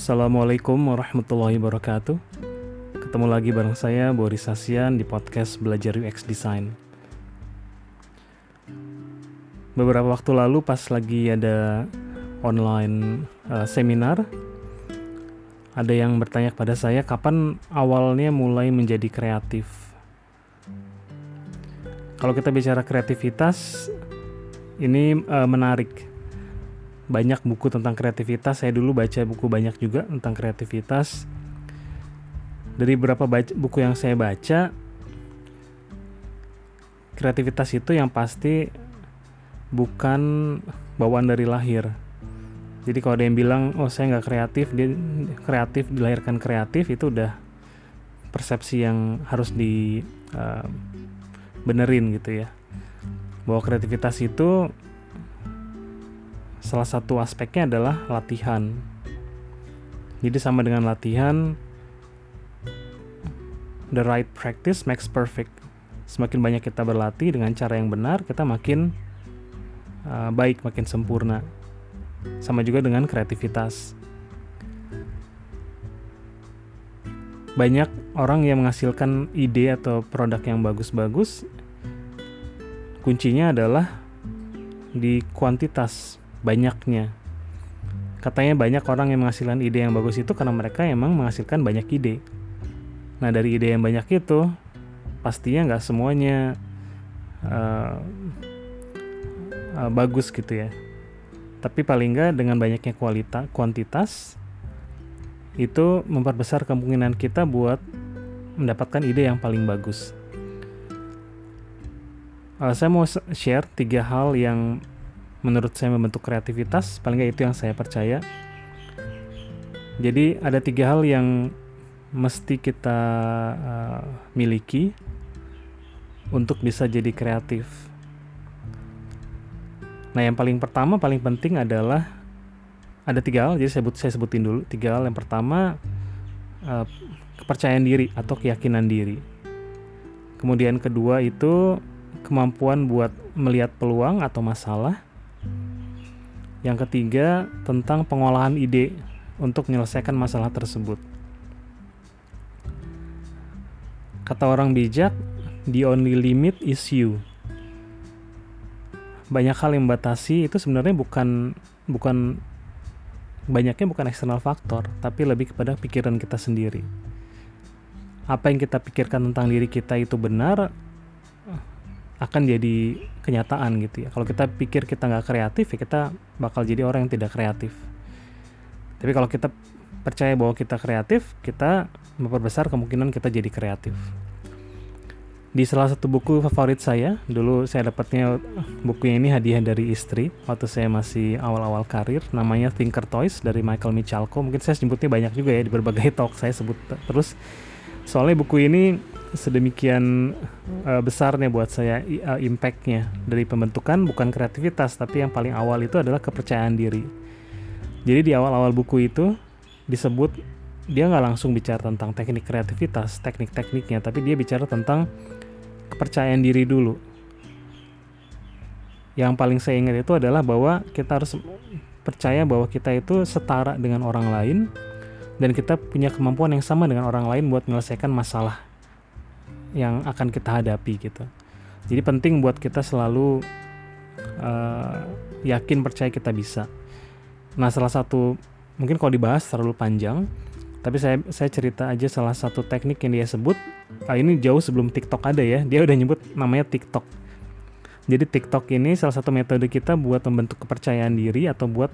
Assalamualaikum warahmatullahi wabarakatuh. Ketemu lagi bareng saya Boris Sasian di podcast Belajar UX Design. Beberapa waktu lalu pas lagi ada online seminar, ada yang bertanya kepada saya kapan awalnya mulai menjadi kreatif. Kalau kita bicara kreativitas, ini menarik. Banyak buku tentang kreativitas, saya dulu baca buku banyak juga tentang kreativitas. Dari beberapa buku yang saya baca, kreativitas itu yang pasti bukan bawaan dari lahir. Jadi kalau ada yang bilang, oh saya nggak kreatif, dia kreatif, dilahirkan kreatif, itu udah persepsi yang harus dibenerin gitu ya. Bahwa kreativitas itu salah satu aspeknya adalah latihan. Jadi sama dengan latihan, the right practice makes perfect. Semakin banyak kita berlatih dengan cara yang benar, kita makin baik, makin sempurna. Sama juga dengan kreativitas. Banyak orang yang menghasilkan ide atau produk yang bagus-bagus, kuncinya adalah di kuantitas, banyaknya. Katanya banyak orang yang menghasilkan ide yang bagus itu karena mereka emang menghasilkan banyak ide. Nah dari ide yang banyak itu pastinya nggak semuanya bagus gitu ya. Tapi paling nggak dengan banyaknya kuantitas itu memperbesar kemungkinan kita buat mendapatkan ide yang paling bagus. Saya mau share 3 hal yang menurut saya membentuk kreativitas, paling nggak itu yang saya percaya. Jadi ada 3 hal yang mesti kita miliki untuk bisa jadi kreatif. Nah yang paling pertama, paling penting adalah ada 3 hal, jadi saya sebutin dulu 3 hal. Yang pertama, kepercayaan diri atau keyakinan diri. Kemudian kedua itu kemampuan buat melihat peluang atau masalah. Yang ketiga, tentang pengolahan ide untuk menyelesaikan masalah tersebut. Kata orang bijak, the only limit is you. Banyak hal yang membatasi itu sebenarnya banyaknya bukan eksternal faktor, tapi lebih kepada pikiran kita sendiri. Apa yang kita pikirkan tentang diri kita itu benar, akan jadi kenyataan gitu ya. Kalau kita pikir kita nggak kreatif, ya kita bakal jadi orang yang tidak kreatif. Tapi kalau kita percaya bahwa kita kreatif, kita memperbesar kemungkinan kita jadi kreatif. Di salah satu buku favorit saya, dulu saya dapatnya bukunya ini hadiah dari istri waktu saya masih awal-awal karir, namanya Thinker Toys dari Michael Michalko. Mungkin saya sebutnya banyak juga ya di berbagai talk saya sebut terus. Soalnya buku ini sedemikian besarnya buat saya impact-nya dari pembentukan bukan kreativitas, tapi yang paling awal itu adalah kepercayaan diri. Jadi di awal-awal buku itu disebut, dia nggak langsung bicara tentang teknik kreativitas, teknik-tekniknya, tapi dia bicara tentang kepercayaan diri dulu. Yang paling saya ingat itu adalah bahwa kita harus percaya bahwa kita itu setara dengan orang lain dan kita punya kemampuan yang sama dengan orang lain buat menyelesaikan masalah yang akan kita hadapi gitu. Jadi penting buat kita selalu yakin, percaya kita bisa. Nah salah satu, mungkin kalau dibahas terlalu panjang, tapi saya cerita aja salah satu teknik yang dia sebut. Ini jauh sebelum TikTok ada ya, dia udah nyebut namanya TikTok. Jadi TikTok ini salah satu metode kita buat membentuk kepercayaan diri atau buat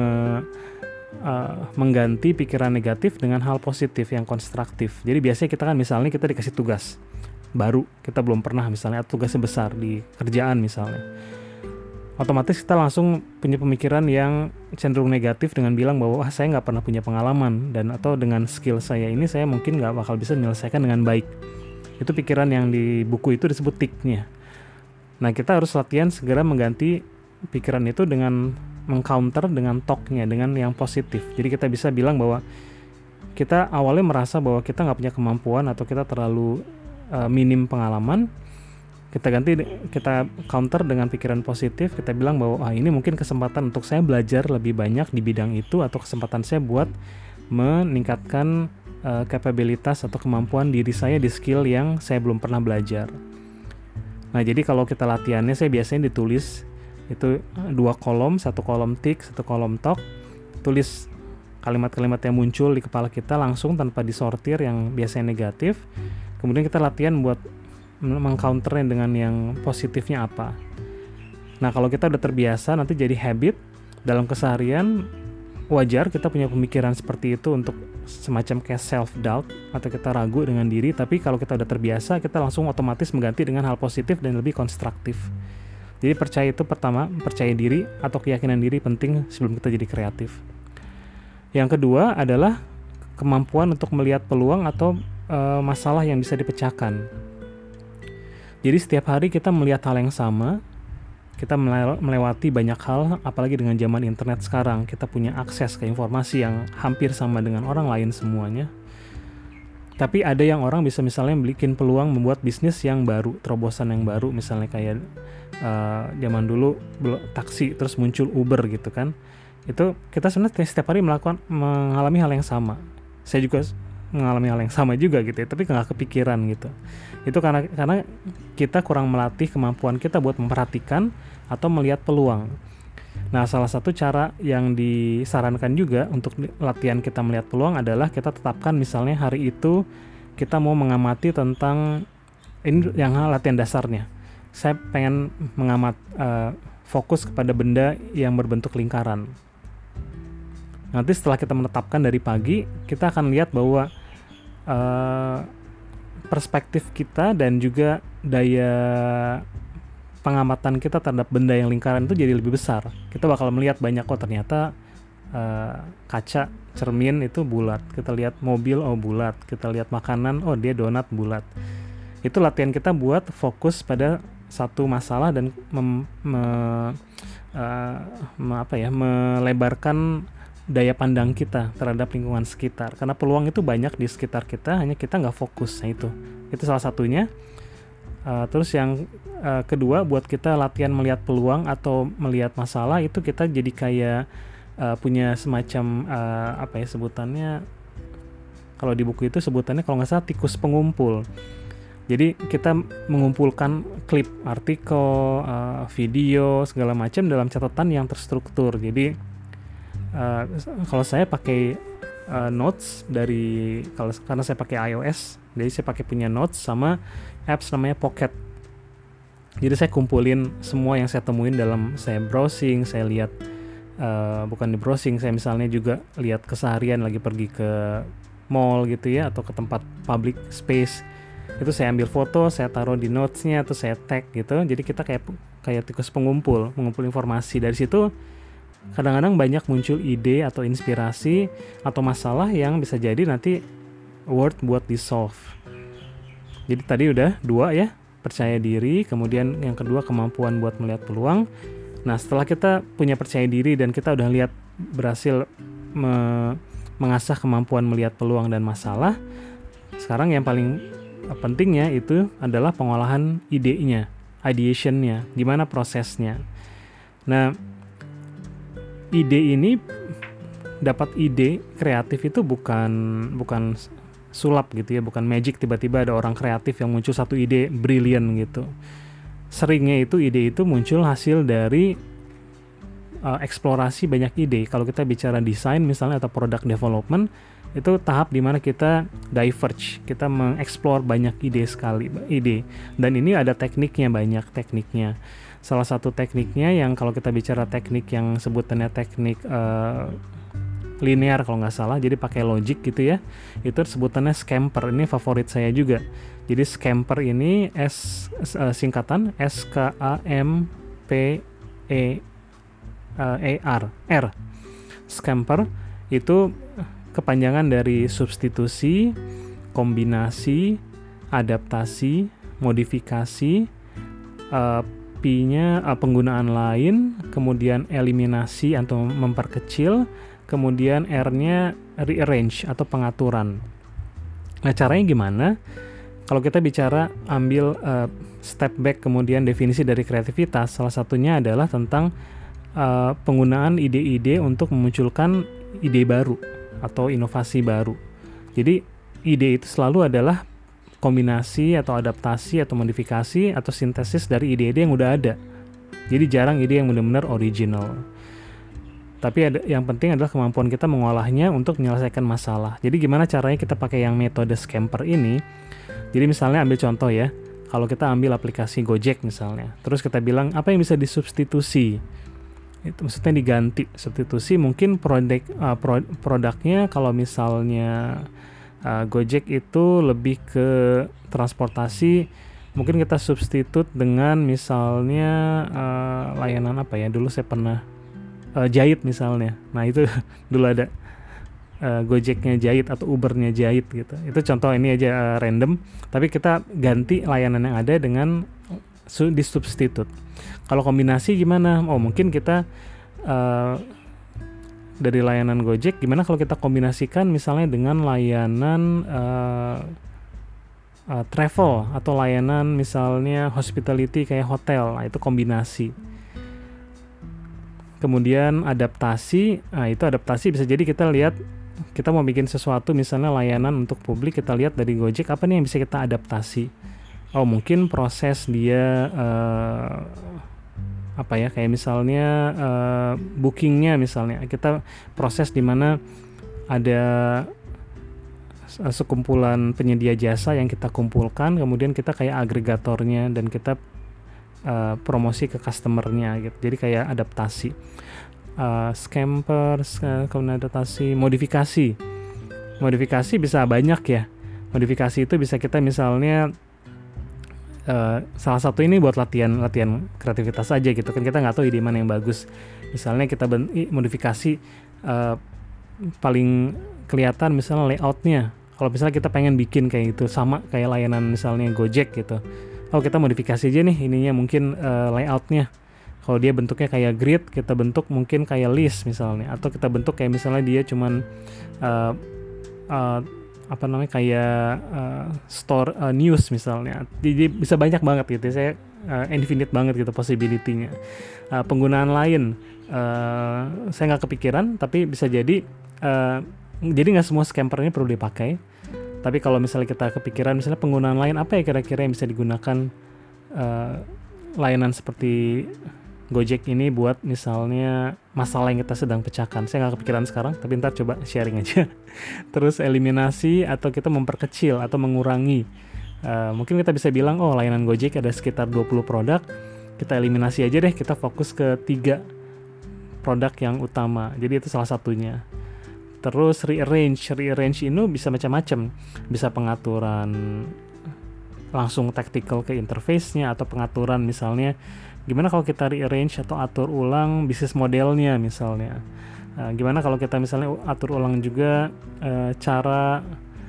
mengganti pikiran negatif dengan hal positif yang konstruktif. Jadi biasanya kita kan misalnya kita dikasih tugas baru, kita belum pernah misalnya, atau tugasnya besar di kerjaan misalnya, otomatis kita langsung punya pemikiran yang cenderung negatif dengan bilang bahwa saya nggak pernah punya pengalaman, dan atau dengan skill saya ini saya mungkin nggak bakal bisa menyelesaikan dengan baik. Itu pikiran yang di buku itu disebut tiknya. Nah kita harus latihan segera mengganti pikiran itu dengan mengcounter dengan talknya, dengan yang positif. Jadi kita bisa bilang bahwa kita awalnya merasa bahwa kita nggak punya kemampuan atau kita terlalu minim pengalaman. Kita counter dengan pikiran positif. Kita bilang bahwa ini mungkin kesempatan untuk saya belajar lebih banyak di bidang itu, atau kesempatan saya buat meningkatkan kapabilitas atau kemampuan diri saya di skill yang saya belum pernah belajar. Nah, jadi kalau kita latihannya, saya biasanya ditulis itu 2 kolom, 1 kolom tick, 1 kolom talk, tulis kalimat-kalimat yang muncul di kepala kita langsung tanpa disortir yang biasanya negatif. Kemudian kita latihan buat mengcounternya dengan yang positifnya apa. Nah, kalau kita udah terbiasa, nanti jadi habit dalam keseharian. Wajar kita punya pemikiran seperti itu untuk semacam kayak self-doubt atau kita ragu dengan diri, tapi kalau kita udah terbiasa, kita langsung otomatis mengganti dengan hal positif dan lebih konstruktif. Jadi percaya itu pertama, percaya diri atau keyakinan diri penting sebelum kita jadi kreatif. Yang kedua adalah kemampuan untuk melihat peluang atau masalah yang bisa dipecahkan. Jadi setiap hari kita melihat hal yang sama, kita melewati banyak hal, apalagi dengan zaman internet sekarang, kita punya akses ke informasi yang hampir sama dengan orang lain semuanya. Tapi ada yang orang bisa misalnya bikin peluang membuat bisnis yang baru, terobosan yang baru, misalnya kayak zaman dulu taksi, terus muncul Uber gitu kan. Itu kita sebenarnya setiap hari mengalami hal yang sama. Saya juga mengalami hal yang sama juga gitu ya, tapi nggak kepikiran gitu. Itu karena kita kurang melatih kemampuan kita buat memperhatikan atau melihat peluang. Nah, salah satu cara yang disarankan juga untuk latihan kita melihat peluang adalah kita tetapkan misalnya hari itu kita mau mengamati tentang, ini yang latihan dasarnya. Saya pengen fokus kepada benda yang berbentuk lingkaran. Nanti setelah kita menetapkan dari pagi, kita akan lihat bahwa perspektif kita dan juga daya pengamatan kita terhadap benda yang lingkaran itu jadi lebih besar. Kita bakal melihat banyak, ternyata kaca cermin itu bulat. Kita lihat mobil, bulat. Kita lihat makanan, dia donat bulat. Itu latihan kita buat fokus pada satu masalah dan melebarkan daya pandang kita terhadap lingkungan sekitar, karena peluang itu banyak di sekitar kita, hanya kita nggak fokus. Nah, itu salah satunya. Terus yang kedua, buat kita latihan melihat peluang atau melihat masalah, itu kita jadi kayak punya semacam sebutannya, kalau di buku itu sebutannya kalau nggak salah tikus pengumpul. Jadi kita mengumpulkan klip, artikel, video, segala macam dalam catatan yang terstruktur. Jadi kalau saya pakai notes karena saya pakai iOS, jadi saya pakai punya notes sama apps namanya Pocket. Jadi saya kumpulin semua yang saya temuin dalam saya browsing, saya lihat bukan di browsing, saya misalnya juga lihat keseharian lagi pergi ke mall gitu ya, atau ke tempat public space. Itu saya ambil foto, saya taruh di notesnya, atau saya tag gitu. Jadi kita kayak tikus mengumpul informasi. Dari situ kadang-kadang banyak muncul ide atau inspirasi atau masalah yang bisa jadi nanti worth buat di solve. Jadi tadi udah 2 ya, percaya diri, kemudian yang kedua kemampuan buat melihat peluang. Nah, setelah kita punya percaya diri dan kita udah lihat berhasil mengasah kemampuan melihat peluang dan masalah, sekarang yang paling pentingnya itu adalah pengolahan idenya, ideationnya, gimana prosesnya. Nah, ide ini, dapat ide kreatif itu bukan sulap gitu ya, bukan magic tiba-tiba ada orang kreatif yang muncul satu ide brilliant gitu. Seringnya ide itu muncul hasil dari eksplorasi banyak ide. Kalau kita bicara desain misalnya atau product development, itu tahap dimana kita diverge, kita mengeksplor banyak ide, dan ini ada banyak tekniknya. Salah satu tekniknya yang kalau kita bicara teknik yang sebutannya teknik linear kalau nggak salah, jadi pakai logic gitu ya, itu sebutannya Scamper. Ini favorit saya juga. Jadi Scamper ini singkatan SKAMPER. Scamper itu kepanjangan dari substitusi, kombinasi, adaptasi, modifikasi, P-nya penggunaan lain, kemudian eliminasi atau memperkecil, kemudian R-nya rearrange atau pengaturan. Nah, caranya gimana? Kalau kita bicara ambil step back kemudian definisi dari kreativitas, salah satunya adalah tentang penggunaan ide-ide untuk memunculkan ide baru. atau inovasi baru. Jadi ide itu selalu adalah kombinasi atau adaptasi atau modifikasi atau sintesis dari ide-ide yang udah ada. Jadi jarang ide yang benar-benar original. Tapi yang penting adalah kemampuan kita mengolahnya untuk menyelesaikan masalah. Jadi gimana caranya kita pakai yang metode scamper ini? Jadi misalnya ambil contoh ya, kalau kita ambil aplikasi Gojek misalnya, terus kita bilang apa yang bisa disubstitusi, itu maksudnya diganti. Substitusi mungkin produknya kalau misalnya Gojek itu lebih ke transportasi, mungkin kita substitut dengan misalnya layanan apa ya, dulu saya pernah jahit misalnya. Nah itu dulu ada Gojeknya jahit atau Ubernya jahit gitu. Itu contoh ini aja random, tapi kita ganti layanan yang ada dengan disubstitut. Kalau kombinasi gimana? Oh mungkin kita dari layanan Gojek, gimana kalau kita kombinasikan misalnya dengan layanan travel atau layanan misalnya hospitality kayak hotel. Nah itu kombinasi. Kemudian adaptasi, nah itu adaptasi bisa jadi kita lihat, kita mau bikin sesuatu misalnya layanan untuk publik, kita lihat dari Gojek apa nih yang bisa kita adaptasi. Oh mungkin proses dia apa ya, kayak misalnya bookingnya misalnya, kita proses di mana ada sekumpulan penyedia jasa yang kita kumpulkan, kemudian kita kayak agregatornya dan kita promosi ke customernya gitu. Jadi kayak adaptasi. Scamper, kemudian adaptasi, modifikasi bisa banyak ya. Modifikasi itu bisa kita misalnya salah satu ini buat latihan kreativitas aja gitu kan, kita nggak tahu ide mana yang bagus. Misalnya kita modifikasi paling kelihatan misalnya layoutnya. Kalau misalnya kita pengen bikin kayak gitu sama kayak layanan misalnya Gojek gitu, oh kita modifikasi aja nih ininya, mungkin layoutnya. Kalau dia bentuknya kayak grid, kita bentuk mungkin kayak list misalnya, atau kita bentuk kayak misalnya dia cuman apa namanya kayak store news misalnya. Jadi bisa banyak banget gitu. Saya infinite banget gitu possibility-nya. Penggunaan lain saya nggak kepikiran, tapi bisa jadi nggak semua scamper ini perlu dipakai. Tapi kalau misalnya kita kepikiran misalnya penggunaan lain apa ya kira-kira yang bisa digunakan layanan seperti Gojek ini buat misalnya masalah yang kita sedang pecahkan. Saya nggak kepikiran sekarang, tapi ntar coba sharing aja. Terus eliminasi atau kita memperkecil atau mengurangi. Mungkin kita bisa bilang, oh layanan Gojek ada sekitar 20 produk, kita eliminasi aja deh, kita fokus ke 3 produk yang utama. Jadi itu salah satunya. Terus rearrange ini bisa macam-macam. Bisa pengaturan langsung tactical ke interface-nya, atau pengaturan misalnya gimana kalau kita rearrange atau atur ulang bisnis modelnya misalnya. Gimana kalau kita misalnya atur ulang juga cara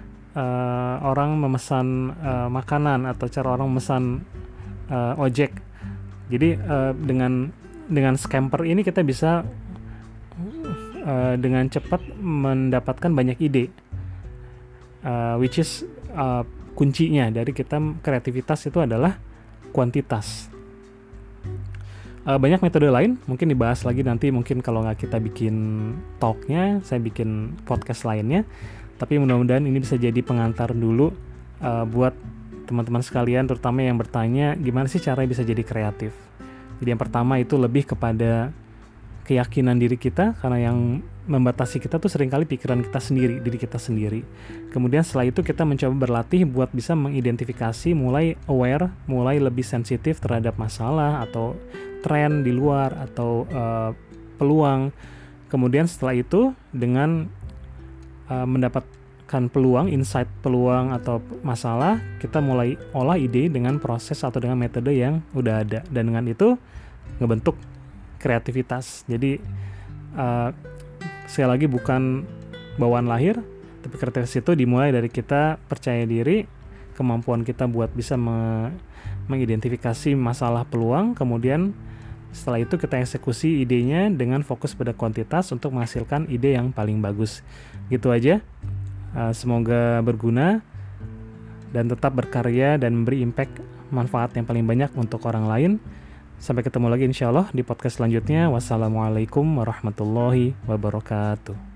orang memesan makanan, atau cara orang memesan ojek. Jadi dengan scamper ini kita bisa dengan cepat mendapatkan banyak ide, which is kuncinya dari kita kreativitas itu adalah kuantitas. Banyak metode lain mungkin dibahas lagi nanti, mungkin kalau nggak kita bikin talknya, saya bikin podcast lainnya. Tapi mudah-mudahan ini bisa jadi pengantar dulu buat teman-teman sekalian, terutama yang bertanya gimana sih caranya bisa jadi kreatif. Jadi yang pertama itu lebih kepada keyakinan diri kita, karena yang membatasi kita tuh seringkali pikiran kita sendiri, diri kita sendiri. Kemudian setelah itu kita mencoba berlatih buat bisa mengidentifikasi, mulai aware, mulai lebih sensitif terhadap masalah atau tren di luar atau peluang. Kemudian setelah itu dengan mendapatkan peluang, insight peluang atau masalah, kita mulai olah ide dengan proses atau dengan metode yang udah ada, dan dengan itu ngebentuk kreativitas. Jadi sekali lagi bukan bawaan lahir, tapi kreativitas itu dimulai dari kita percaya diri, kemampuan kita buat bisa mengidentifikasi masalah peluang, kemudian setelah itu kita eksekusi idenya dengan fokus pada kuantitas untuk menghasilkan ide yang paling bagus. Gitu aja. Semoga berguna dan tetap berkarya dan memberi impact manfaat yang paling banyak untuk orang lain. Sampai ketemu lagi insya Allah di podcast selanjutnya. Wassalamualaikum warahmatullahi wabarakatuh.